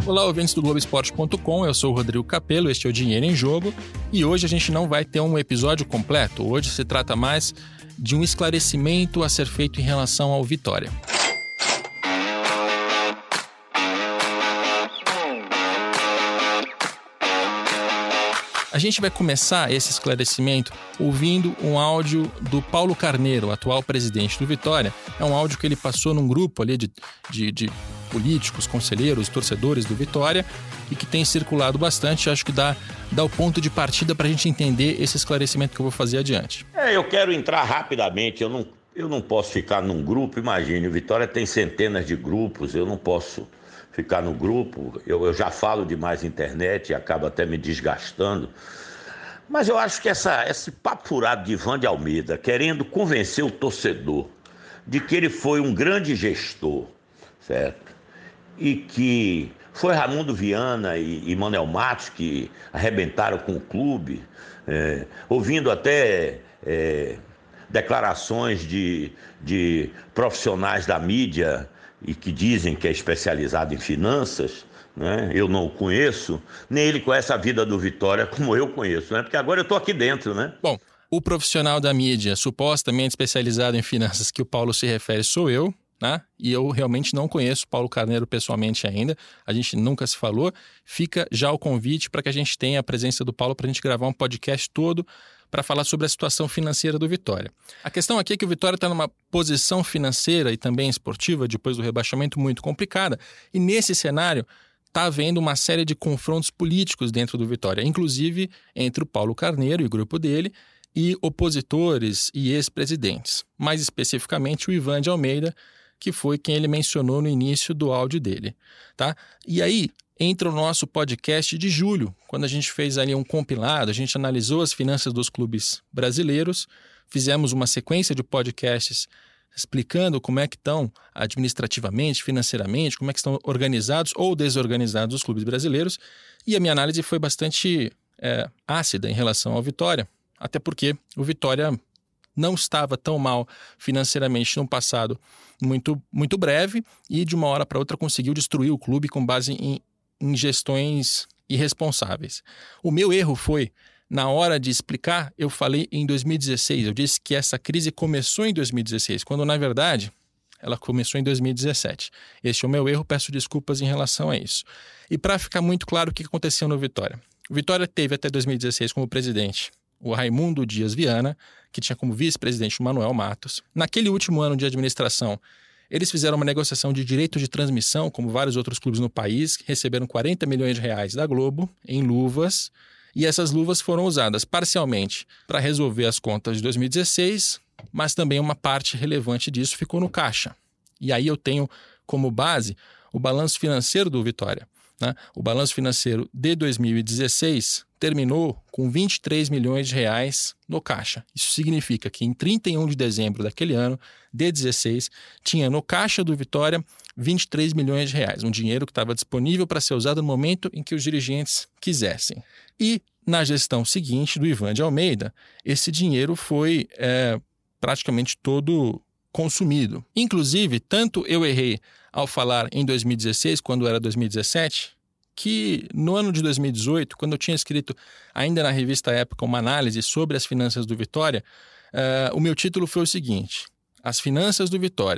Olá, ouvintes do Globoesporte.com, eu sou o Rodrigo Capello, este é o Dinheiro em Jogo, e hoje a gente não vai ter um episódio completo, hoje se trata mais de um esclarecimento a ser feito em relação ao Vitória. A gente vai começar esse esclarecimento ouvindo um áudio do Paulo Carneiro, atual presidente do Vitória. É um áudio que ele passou num grupo ali de políticos, conselheiros, torcedores do Vitória e que tem circulado bastante. Acho que dá o ponto de partida para a gente entender esse esclarecimento que eu vou fazer adiante. Eu quero entrar rapidamente. Eu não posso ficar num grupo. Imagine, o Vitória tem centenas de grupos. Eu não posso ficar no grupo, eu já falo demais na internet e acabo até me desgastando. Mas eu acho que esse papo furado de Ivan de Almeida, querendo convencer o torcedor de que ele foi um grande gestor, certo? E que foi Raimundo Viana e Manuel Matos que arrebentaram com o clube, ouvindo até declarações de profissionais da mídia e que dizem que é especializado em finanças, né? Eu não o conheço, nem ele conhece a vida do Vitória como eu conheço, né? Porque agora eu estou aqui dentro, né? Bom, o profissional da mídia supostamente especializado em finanças que o Paulo se refere sou eu, né? E eu realmente não conheço Paulo Carneiro pessoalmente ainda, a gente nunca se falou. Fica já o convite para que a gente tenha a presença do Paulo para a gente gravar um podcast todo para falar sobre a situação financeira do Vitória. A questão aqui é que o Vitória está numa posição financeira e também esportiva, depois do rebaixamento, muito complicada, e nesse cenário está havendo uma série de confrontos políticos dentro do Vitória, inclusive entre o Paulo Carneiro e o grupo dele e opositores e ex-presidentes, mais especificamente o Ivan de Almeida, que foi quem ele mencionou no início do áudio dele, tá? E aí entra o nosso podcast de julho, quando a gente fez ali um compilado, a gente analisou as finanças dos clubes brasileiros, fizemos uma sequência de podcasts explicando como é que estão administrativamente, financeiramente, como é que estão organizados ou desorganizados os clubes brasileiros, e a minha análise foi bastante ácida em relação ao Vitória, até porque o Vitória não estava tão mal financeiramente no passado muito, muito breve e de uma hora para outra conseguiu destruir o clube com base em gestões irresponsáveis. O meu erro foi, na hora de explicar, eu falei em 2016, eu disse que essa crise começou em 2016, quando na verdade ela começou em 2017. Este é o meu erro, peço desculpas em relação a isso. E para ficar muito claro o que aconteceu no Vitória. O Vitória teve até 2016 como presidente o Raimundo Dias Viana, que tinha como vice-presidente o Manuel Matos. Naquele último ano de administração, eles fizeram uma negociação de direito de transmissão, como vários outros clubes no país, que receberam 40 milhões de reais da Globo em luvas, e essas luvas foram usadas parcialmente para resolver as contas de 2016, mas também uma parte relevante disso ficou no caixa. E aí eu tenho como base o balanço financeiro do Vitória, né? O balanço financeiro de 2016 terminou com 23 milhões de reais no caixa. Isso significa que em 31 de dezembro daquele ano, de 16, tinha no caixa do Vitória 23 milhões de reais, um dinheiro que estava disponível para ser usado no momento em que os dirigentes quisessem. E na gestão seguinte do Ivan de Almeida, esse dinheiro foi praticamente todo consumido. Inclusive, tanto eu errei ao falar em 2016, quando era 2017, que no ano de 2018, quando eu tinha escrito ainda na revista Época uma análise sobre as finanças do Vitória, o meu título foi o seguinte: As finanças do Vitória, :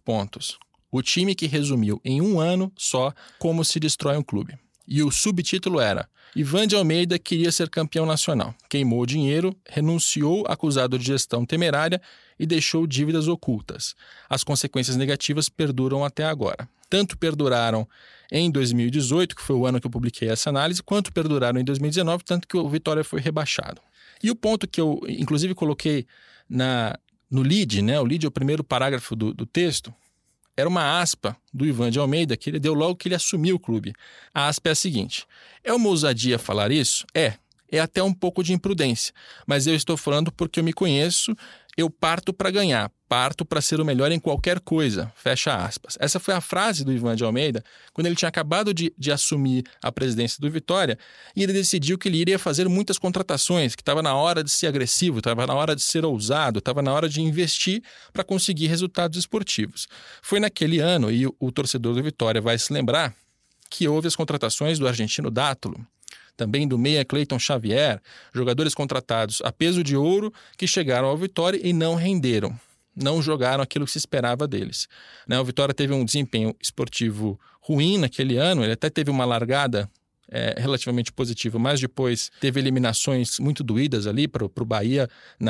o time que resumiu em um ano só como se destrói um clube. E o subtítulo era: Ivan de Almeida queria ser campeão nacional, queimou o dinheiro, renunciou acusado de gestão temerária e deixou dívidas ocultas. As consequências negativas perduram até agora. Tanto perduraram em 2018, que foi o ano que eu publiquei essa análise, quanto perduraram em 2019, tanto que o Vitória foi rebaixado. E o ponto que eu, inclusive, coloquei no lead, né? O lead é o primeiro parágrafo do texto, era uma aspa do Ivan de Almeida que ele deu logo que ele assumiu o clube. A aspa é a seguinte: é uma ousadia falar isso? É até um pouco de imprudência, mas eu estou falando porque eu me conheço, eu parto para ganhar, parto para ser o melhor em qualquer coisa, fecha aspas. Essa foi a frase do Ivan de Almeida quando ele tinha acabado de assumir a presidência do Vitória e ele decidiu que ele iria fazer muitas contratações, que estava na hora de ser agressivo, estava na hora de ser ousado, estava na hora de investir para conseguir resultados esportivos. Foi naquele ano, e o torcedor do Vitória vai se lembrar, que houve as contratações do argentino Dátulo, também do meia Cleiton Xavier, jogadores contratados a peso de ouro que chegaram ao Vitória e não renderam, não jogaram aquilo que se esperava deles. O Vitória teve um desempenho esportivo ruim naquele ano, ele até teve uma largada relativamente positiva, mas depois teve eliminações muito doídas ali para o Bahia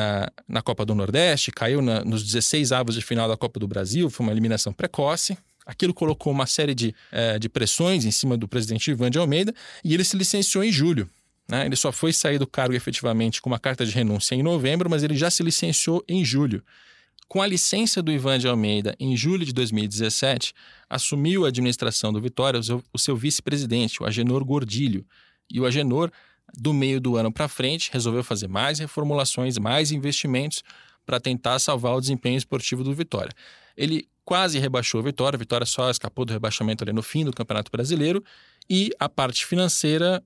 na Copa do Nordeste, caiu nos 16 avos de final da Copa do Brasil, foi uma eliminação precoce. Aquilo colocou uma série de pressões em cima do presidente Ivan de Almeida e ele se licenciou em julho. Ele só foi sair do cargo efetivamente com uma carta de renúncia em novembro, mas ele já se licenciou em julho. Com a licença do Ivan de Almeida, em julho de 2017, assumiu a administração do Vitória o seu vice-presidente, o Agenor Gordilho. E o Agenor, do meio do ano para frente, resolveu fazer mais reformulações, mais investimentos para tentar salvar o desempenho esportivo do Vitória. Ele quase rebaixou o Vitória só escapou do rebaixamento ali no fim do Campeonato Brasileiro e a parte financeira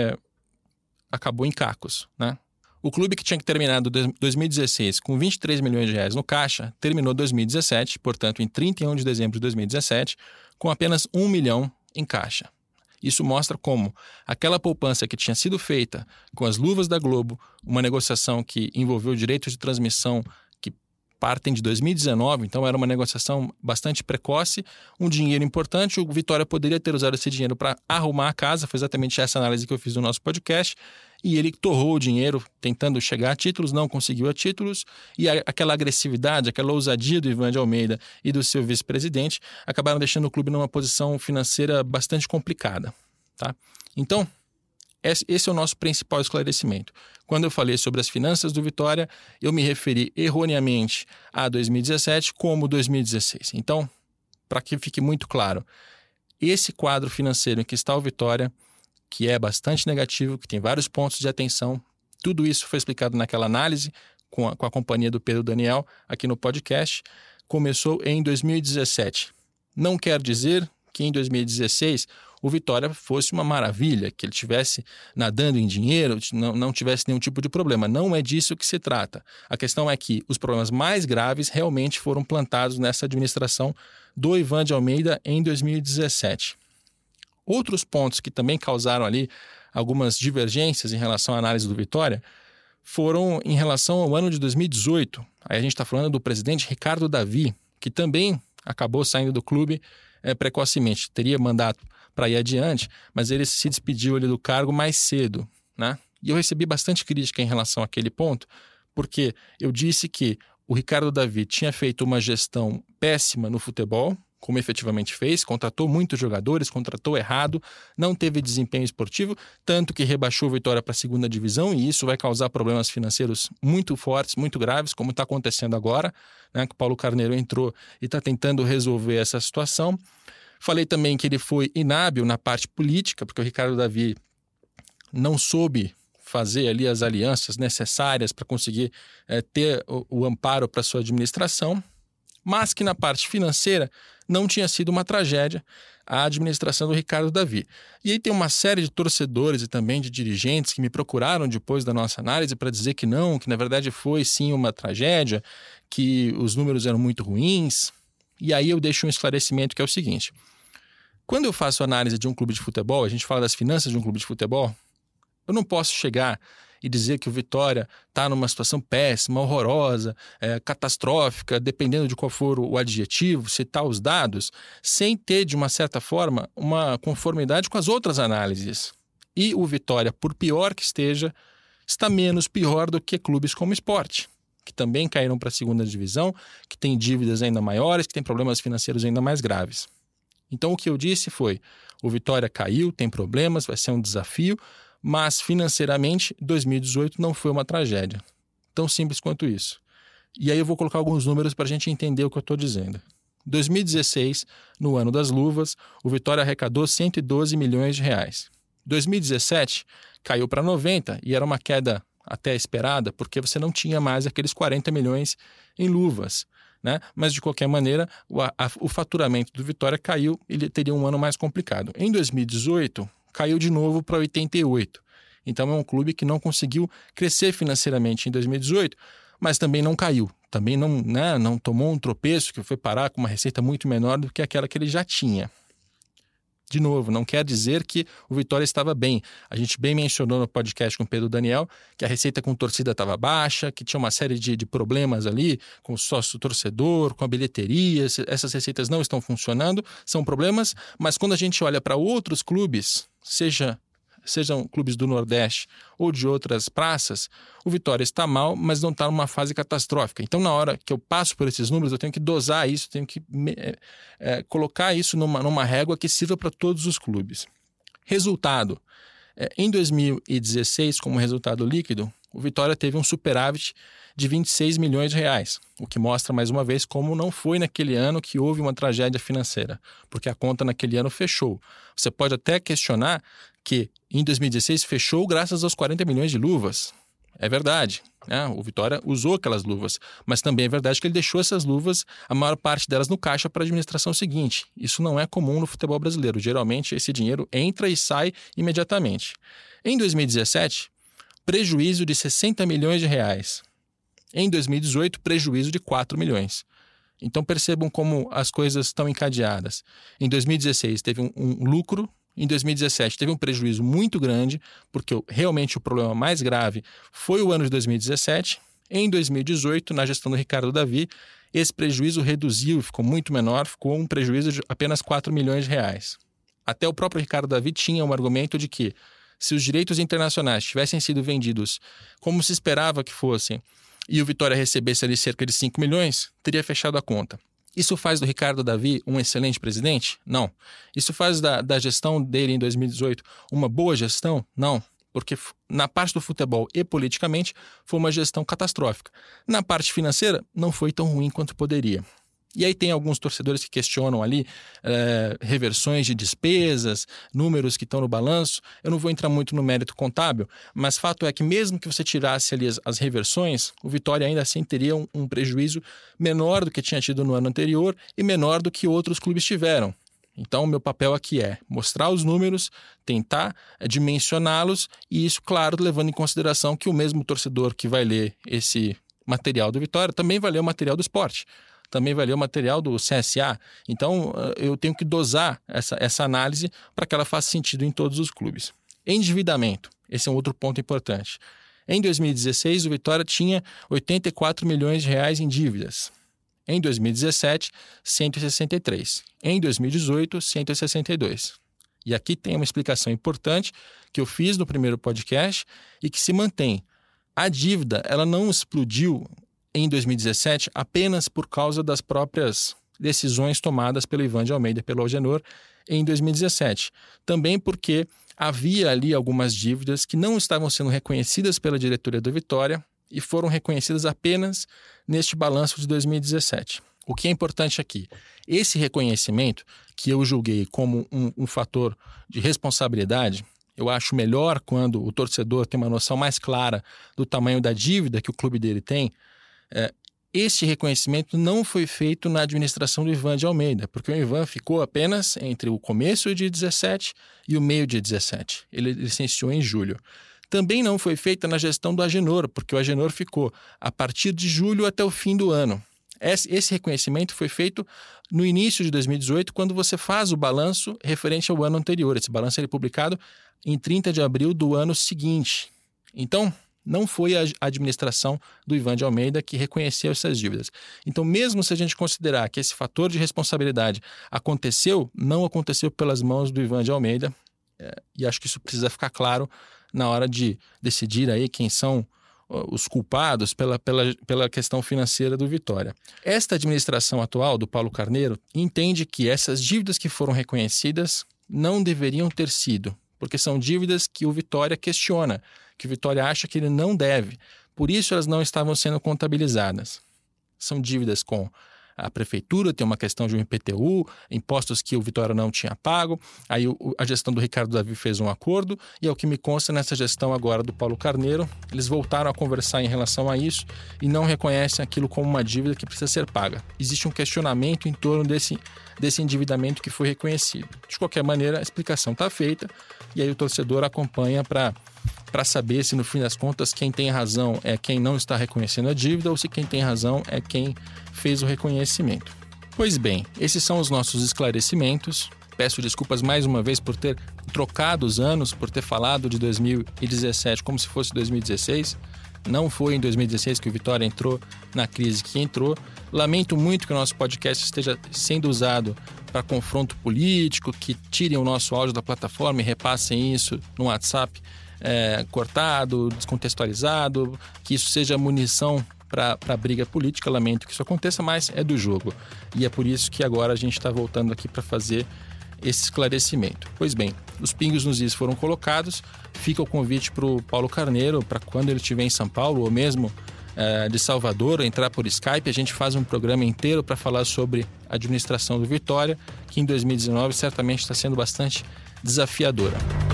acabou em cacos, O clube que tinha terminado 2016 com 23 milhões de reais no caixa, terminou 2017, portanto em 31 de dezembro de 2017, com apenas 1 milhão em caixa. Isso mostra como aquela poupança que tinha sido feita com as luvas da Globo, uma negociação que envolveu direitos de transmissão que partem de 2019, então era uma negociação bastante precoce, um dinheiro importante, o Vitória poderia ter usado esse dinheiro para arrumar a casa, foi exatamente essa análise que eu fiz no nosso podcast, e ele torrou o dinheiro tentando chegar a títulos, não conseguiu a títulos, e aquela agressividade, aquela ousadia do Ivan de Almeida e do seu vice-presidente acabaram deixando o clube numa posição financeira bastante complicada. Então, esse é o nosso principal esclarecimento. Quando eu falei sobre as finanças do Vitória, eu me referi erroneamente a 2017 como 2016. Então, para que fique muito claro, esse quadro financeiro em que está o Vitória, que é bastante negativo, que tem vários pontos de atenção, tudo isso foi explicado naquela análise com a companhia do Pedro Daniel aqui no podcast, começou em 2017. Não quer dizer que em 2016 o Vitória fosse uma maravilha, que ele estivesse nadando em dinheiro, não tivesse nenhum tipo de problema. Não é disso que se trata. A questão é que os problemas mais graves realmente foram plantados nessa administração do Ivan de Almeida em 2017. Outros pontos que também causaram ali algumas divergências em relação à análise do Vitória foram em relação ao ano de 2018. Aí a gente está falando do presidente Ricardo Davi, que também acabou saindo do clube precocemente. Teria mandato para ir adiante, mas ele se despediu ali do cargo mais cedo, E eu recebi bastante crítica em relação àquele ponto, porque eu disse que o Ricardo Davi tinha feito uma gestão péssima no futebol, como efetivamente fez, contratou muitos jogadores, contratou errado, não teve desempenho esportivo, tanto que rebaixou o Vitória para a segunda divisão, e isso vai causar problemas financeiros muito fortes, muito graves, como está acontecendo agora, que o Paulo Carneiro entrou e está tentando resolver essa situação. Falei também que ele foi inábil na parte política, porque o Ricardo Davi não soube fazer ali as alianças necessárias para conseguir ter o amparo para sua administração, mas que na parte financeira não tinha sido uma tragédia a administração do Ricardo Davi. E aí tem uma série de torcedores e também de dirigentes que me procuraram depois da nossa análise para dizer que não, que na verdade foi sim uma tragédia, que os números eram muito ruins. E aí eu deixo um esclarecimento que é o seguinte: quando eu faço análise de um clube de futebol, a gente fala das finanças de um clube de futebol, eu não posso chegar e dizer que o Vitória está numa situação péssima, horrorosa, catastrófica, dependendo de qual for o adjetivo, citar os dados, sem ter, de uma certa forma, uma conformidade com as outras análises. E o Vitória, por pior que esteja, está menos pior do que clubes como o Sport, que também caíram para a segunda divisão, que tem dívidas ainda maiores, que tem problemas financeiros ainda mais graves. Então o que eu disse foi, o Vitória caiu, tem problemas, vai ser um desafio, mas financeiramente 2018 não foi uma tragédia. Tão simples quanto isso. E aí eu vou colocar alguns números para a gente entender o que eu estou dizendo. 2016, no ano das luvas, o Vitória arrecadou 112 milhões de reais. 2017 caiu para 90 e era uma queda até esperada, porque você não tinha mais aqueles 40 milhões em luvas. Mas, de qualquer maneira, o faturamento do Vitória caiu e ele teria um ano mais complicado. Em 2018, caiu de novo para 88. Então, é um clube que não conseguiu crescer financeiramente em 2018, mas também não caiu. Também não tomou um tropeço que foi parar com uma receita muito menor do que aquela que ele já tinha. De novo, não quer dizer que o Vitória estava bem. A gente bem mencionou no podcast com o Pedro Daniel que a receita com torcida estava baixa, que tinha uma série de problemas ali com o sócio-torcedor, com a bilheteria. Essas receitas não estão funcionando, são problemas, mas quando a gente olha para outros clubes, sejam clubes do Nordeste ou de outras praças, o Vitória está mal, mas não está numa fase catastrófica. Então, na hora que eu passo por esses números, eu tenho que dosar isso, tenho que colocar isso numa régua que sirva para todos os clubes. Resultado. Em 2016, como resultado líquido, o Vitória teve um superávit de 26 milhões de reais, o que mostra mais uma vez como não foi naquele ano que houve uma tragédia financeira, porque a conta naquele ano fechou. Você pode até questionar que em 2016 fechou graças aos 40 milhões de luvas. É verdade, né? O Vitória usou aquelas luvas, mas também é verdade que ele deixou essas luvas, a maior parte delas no caixa para a administração seguinte. Isso não é comum no futebol brasileiro. Geralmente esse dinheiro entra e sai imediatamente. Em 2017, prejuízo de 60 milhões de reais. Em 2018, prejuízo de 4 milhões. Então percebam como as coisas estão encadeadas. Em 2016 teve um lucro, em 2017 teve um prejuízo muito grande, porque realmente o problema mais grave foi o ano de 2017. Em 2018, na gestão do Ricardo Davi, esse prejuízo reduziu, ficou muito menor, ficou um prejuízo de apenas 4 milhões de reais. Até o próprio Ricardo Davi tinha um argumento de que, se os direitos internacionais tivessem sido vendidos como se esperava que fossem, e o Vitória recebesse ali cerca de 5 milhões, teria fechado a conta. Isso faz do Ricardo Davi um excelente presidente? Não. Isso faz da gestão dele em 2018 uma boa gestão? Não. Porque na parte do futebol e politicamente foi uma gestão catastrófica. Na parte financeira não foi tão ruim quanto poderia. E aí tem alguns torcedores que questionam ali reversões de despesas, números que estão no balanço. Eu não vou entrar muito no mérito contábil, mas fato é que mesmo que você tirasse ali as reversões, o Vitória ainda assim teria um prejuízo menor do que tinha tido no ano anterior e menor do que outros clubes tiveram. Então, o meu papel aqui é mostrar os números, tentar dimensioná-los e isso, claro, levando em consideração que o mesmo torcedor que vai ler esse material do Vitória também vai ler o material do Sport. Também vai ler o material do CSA. Então, eu tenho que dosar essa análise para que ela faça sentido em todos os clubes. Endividamento. Esse é um outro ponto importante. Em 2016, o Vitória tinha 84 milhões de reais em dívidas. Em 2017, 163. Em 2018, 162. E aqui tem uma explicação importante que eu fiz no primeiro podcast e que se mantém. A dívida, ela não explodiu em 2017 apenas por causa das próprias decisões tomadas pelo Ivan de Almeida e pelo Algenor em 2017. Também porque havia ali algumas dívidas que não estavam sendo reconhecidas pela diretoria do Vitória e foram reconhecidas apenas neste balanço de 2017. O que é importante aqui? Esse reconhecimento, que eu julguei como um fator de responsabilidade, eu acho melhor quando o torcedor tem uma noção mais clara do tamanho da dívida que o clube dele tem. Este reconhecimento não foi feito na administração do Ivan de Almeida, porque o Ivan ficou apenas entre o começo de 17 e o meio de 17. Ele licenciou em julho. Também não foi feita na gestão do Agenor, porque o Agenor ficou a partir de julho até o fim do ano. Esse reconhecimento foi feito no início de 2018, quando você faz o balanço referente ao ano anterior. Esse balanço é publicado em 30 de abril do ano seguinte. Então, não foi a administração do Ivan de Almeida que reconheceu essas dívidas. Então, mesmo se a gente considerar que esse fator de responsabilidade aconteceu, não aconteceu pelas mãos do Ivan de Almeida. E acho que isso precisa ficar claro na hora de decidir aí quem são os culpados pela questão financeira do Vitória. Esta administração atual do Paulo Carneiro entende que essas dívidas que foram reconhecidas não deveriam ter sido, porque são dívidas que o Vitória questiona, que o Vitória acha que ele não deve. Por isso elas não estavam sendo contabilizadas. São dívidas com a prefeitura, tem uma questão de um IPTU, impostos que o Vitória não tinha pago. Aí a gestão do Ricardo Davi fez um acordo e, ao que me consta, nessa gestão agora do Paulo Carneiro, eles voltaram a conversar em relação a isso e não reconhecem aquilo como uma dívida que precisa ser paga. Existe um questionamento em torno desse endividamento que foi reconhecido. De qualquer maneira, a explicação está feita e aí o torcedor acompanha para saber se, no fim das contas, quem tem razão é quem não está reconhecendo a dívida ou se quem tem razão é quem fez o reconhecimento. Pois bem, esses são os nossos esclarecimentos. Peço desculpas mais uma vez por ter trocado os anos, por ter falado de 2017 como se fosse 2016. Não foi em 2016 que o Vitória entrou na crise que entrou. Lamento muito que o nosso podcast esteja sendo usado para confronto político, que tirem o nosso áudio da plataforma e repassem isso no WhatsApp cortado, descontextualizado, que isso seja munição para briga política. Lamento que isso aconteça, mas é do jogo. E é por isso que agora a gente está voltando aqui para fazer esse esclarecimento. Pois bem, os pingos nos is foram colocados. Fica o convite para o Paulo Carneiro, para quando ele estiver em São Paulo ou mesmo de Salvador, entrar por Skype. A gente faz um programa inteiro para falar sobre a administração do Vitória, que em 2019 certamente está sendo bastante desafiadora.